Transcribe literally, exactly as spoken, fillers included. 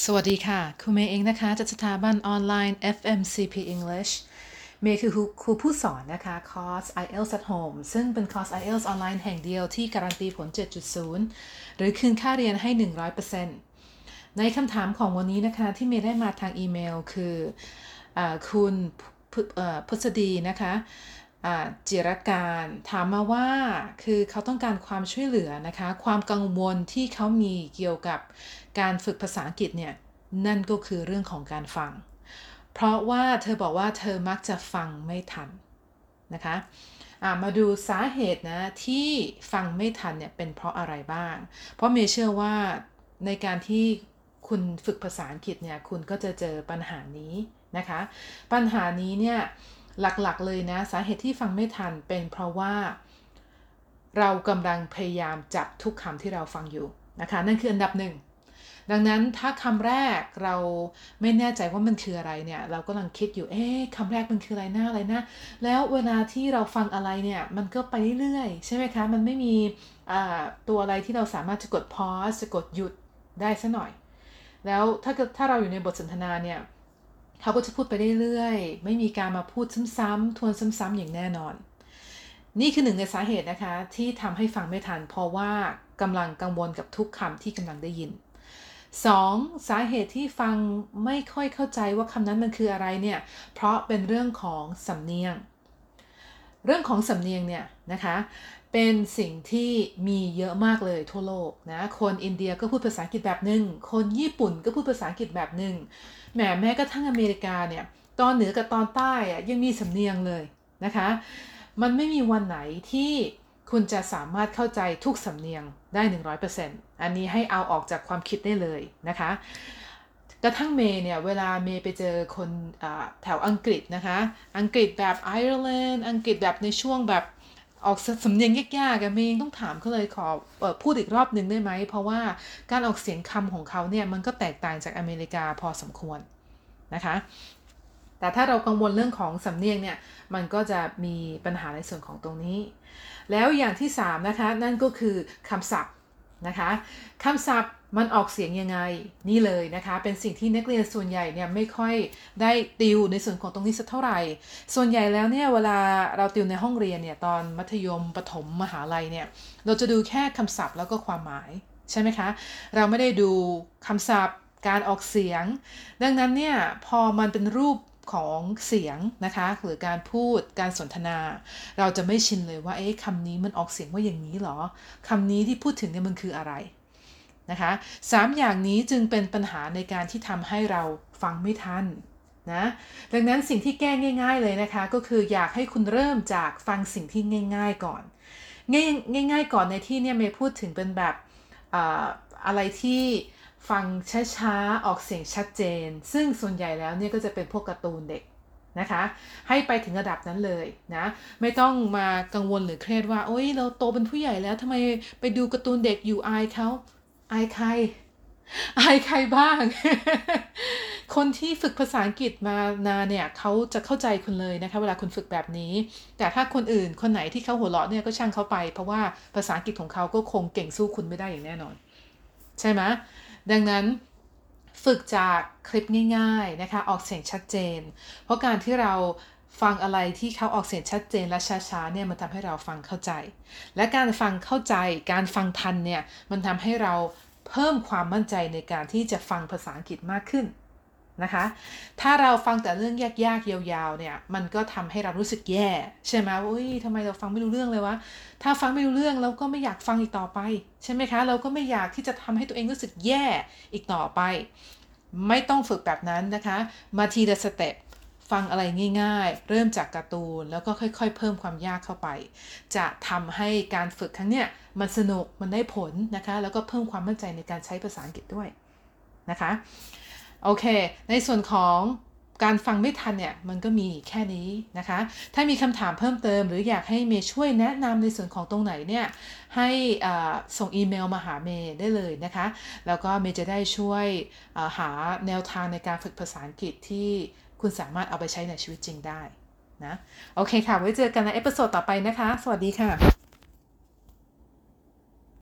สวัสดีค่ะครูเมย์เองนะคะจากสถาบันออนไลน์ เอฟ เอ็ม ซี พี English เมย์คือครูผู้สอนนะคะคอร์ส ไอ เอล ที เอส at Home ซึ่งเป็นคอร์ส ไอ เอล ที เอส ออนไลน์แห่งเดียวที่การันตีผล เจ็ดจุดศูนย์ หรือคืนค่าเรียนให้ หนึ่งร้อยเปอร์เซ็นต์ ในคำถามของวันนี้นะคะที่เมย์ได้มาทางอีเมลคืออคุณพุษดีนะคะจิรการถามมาว่าคือเขาต้องการความช่วยเหลือนะคะความกังวลที่เขามีเกี่ยวกับการฝึกภาษาอังกฤษเนี่ยนั่นก็คือเรื่องของการฟังเพราะว่าเธอบอกว่าเธอมักจะฟังไม่ทันนะคะมาดูสาเหตุนะที่ฟังไม่ทันเนี่ยเป็นเพราะอะไรบ้างเพราะเมย์เชื่อว่าในการที่คุณฝึกภาษาอังกฤษเนี่ยคุณก็จะเจอปัญหานี้นะคะปัญหานี้เนี่ยหลักๆเลยนะสาเหตุที่ฟังไม่ทันเป็นเพราะว่าเรากำลังพยายามจับทุกคำที่เราฟังอยู่นะคะนั่นคืออันดับหนึ่งดังนั้นถ้าคำแรกเราไม่แน่ใจว่ามันคืออะไรเนี่ยเรากำลังคิดอยู่เอ๊ะคำแรกมันคืออะไรหน้าอะไรนะแล้วเวลาที่เราฟังอะไรเนี่ยมันก็ไปเรื่อยๆใช่ไหมคะมันไม่มีตัวอะไรที่เราสามารถจะกด pause จะกดหยุดได้ซะหน่อยแล้วถ้าถ้าเราอยู่ในบทสนทนาเนี่ยเขาก็จะพูดไปเรื่อยๆไม่มีการมาพูดซ้ำๆทวนซ้ำๆอย่างแน่นอนนี่คือหนึ่งในสาเหตุนะคะที่ทำให้ฟังไม่ทันเพราะว่ากำลังกังวลกับทุกคำที่กำลังได้ยินสองสาเหตุที่ฟังไม่ค่อยเข้าใจว่าคำนั้นมันคืออะไรเนี่ยเพราะเป็นเรื่องของสำเนียงเรื่องของสำเนียงเนี่ยนะคะเป็นสิ่งที่มีเยอะมากเลยทั่วโลกนะคนอินเดียก็พูดภาษาอังกฤษแบบหนึ่งคนญี่ปุ่นก็พูดภาษาอังกฤษแบบหนึ่งแหมแม้กระทั่งอเมริกาเนี่ยตอนเหนือกับตอนใต้อะยังมีสำเนียงเลยนะคะมันไม่มีวันไหนที่คุณจะสามารถเข้าใจทุกสำเนียงได้ หนึ่งร้อยเปอร์เซ็นต์ อันนี้ให้เอาออกจากความคิดได้เลยนะคะกระทั่งเมย์เนี่ยเวลาเมย์ไปเจอคนแถวอังกฤษนะคะอังกฤษแบบไอร์แลนด์อังกฤษแบบในช่วงแบบออกสำเนียงยากๆเมย์ต้องถามเขาเลยขอเอ่อพูดอีกรอบหนึ่งได้ไหมเพราะว่าการออกเสียงคำของเขาเนี่ยมันก็แตกต่างจากอเมริกาพอสมควรนะคะแต่ถ้าเรากังวลเรื่องของสำเนียงเนี่ยมันก็จะมีปัญหาในส่วนของตรงนี้แล้วอย่างที่สามนะคะนั่นก็คือคำศัพท์นะคะคำศัพท์มันออกเสียงยังไงนี่เลยนะคะเป็นสิ่งที่นักเรียนส่วนใหญ่เนี่ยไม่ค่อยได้ติวในส่วนของตรงนี้สักเท่าไหร่ส่วนใหญ่แล้วเนี่ยเวลาเราติวในห้องเรียนเนี่ยตอนมัธยมประถมมหาลัยเนี่ยเราจะดูแค่คำศัพท์แล้วก็ความหมายใช่ไหมคะเราไม่ได้ดูคำศัพท์การออกเสียงดังนั้นเนี่ยพอมันเป็นรูปของเสียงนะคะหรือการพูดการสนทนาเราจะไม่ชินเลยว่าเอ๊ะคำนี้มันออกเสียงว่าอย่างนี้หรอคำนี้ที่พูดถึงเนี่ยมันคืออะไรนะคะสามอย่างนี้จึงเป็นปัญหาในการที่ทำให้เราฟังไม่ทันนะดังนั้นสิ่งที่แก้ง่ายๆเลยนะคะก็คืออยากให้คุณเริ่มจากฟังสิ่งที่ง่ายๆก่อนง่ายง่ายๆก่อนในที่เนี่ยเมย์พูดถึงเป็นแบบอ่าอะไรที่ฟังช้าๆออกเสียงชัดเจนซึ่งส่วนใหญ่แล้วเนี่ยก็จะเป็นพวกการ์ตูนเด็กนะคะให้ไปถึงระดับนั้นเลยนะไม่ต้องมากังวลหรือเครียดว่าโอ๊ยเราโตเป็นผู้ใหญ่แล้วทำไมไปดูการ์ตูนเด็กอยู่อายเขาอายใครอายใครบ้าง คนที่ฝึกภาษาอังกฤษมานานเนี่ยเขาจะเข้าใจคุณเลยนะคะเวลาคุณฝึกแบบนี้แต่ถ้าคนอื่นคนไหนที่เขาหัวเราะเนี่ยก็ช่างเขาไปเพราะว่าภาษาอังกฤษของเขาก็คงเก่งสู้คุณไม่ได้อย่างแน่นอนใช่ไหมดังนั้นฝึกจากคลิปง่ายๆนะคะออกเสียงชัดเจนเพราะการที่เราฟังอะไรที่เขาออกเสียงชัดเจนและช้าๆเนี่ยมันทำให้เราฟังเข้าใจและการฟังเข้าใจการฟังทันเนี่ยมันทำให้เราเพิ่มความมั่นใจในการที่จะฟังภาษาอังกฤษมากขึ้นนะคะถ้าเราฟังแต่เรื่องยากๆยาวๆเนี่ยมันก็ทำให้เรารู้สึกแย่ใช่ไหมว่าอุ้ยทำไมเราฟังไม่รู้เรื่องเลยวะถ้าฟังไม่รู้เรื่องเราก็ไม่อยากฟังอีกต่อไปใช่ไหมคะเราก็ไม่อยากที่จะทำให้ตัวเองรู้สึกแย่อีกต่อไปไม่ต้องฝึกแบบนั้นนะคะมาทีละสเต็ปฟังอะไรง่ายๆเริ่มจากการ์ตูนแล้วก็ค่อยๆเพิ่มความยากเข้าไปจะทำให้การฝึกครั้งเนี้ยมันสนุกมันได้ผลนะคะแล้วก็เพิ่มความมั่นใจในการใช้ภาษาอังกฤษด้วยนะคะโอเคในส่วนของการฟังไม่ทันเนี่ยมันก็มีแค่นี้นะคะถ้ามีคำถามเพิ่มเติมหรืออยากให้เมย์ช่วยแนะนำในส่วนของตรงไหนเนี่ยให้ส่งอีเมลมาหาเมย์ได้เลยนะคะแล้วก็เมย์จะได้ช่วยหาแนวทางในการฝึกภาษาอังกฤษที่คุณสามารถเอาไปใช้ในชีวิตจริงได้นะโอเคค่ะไว้เจอกันในเอพิโซดต่อไปนะคะสวัสดีค่ะ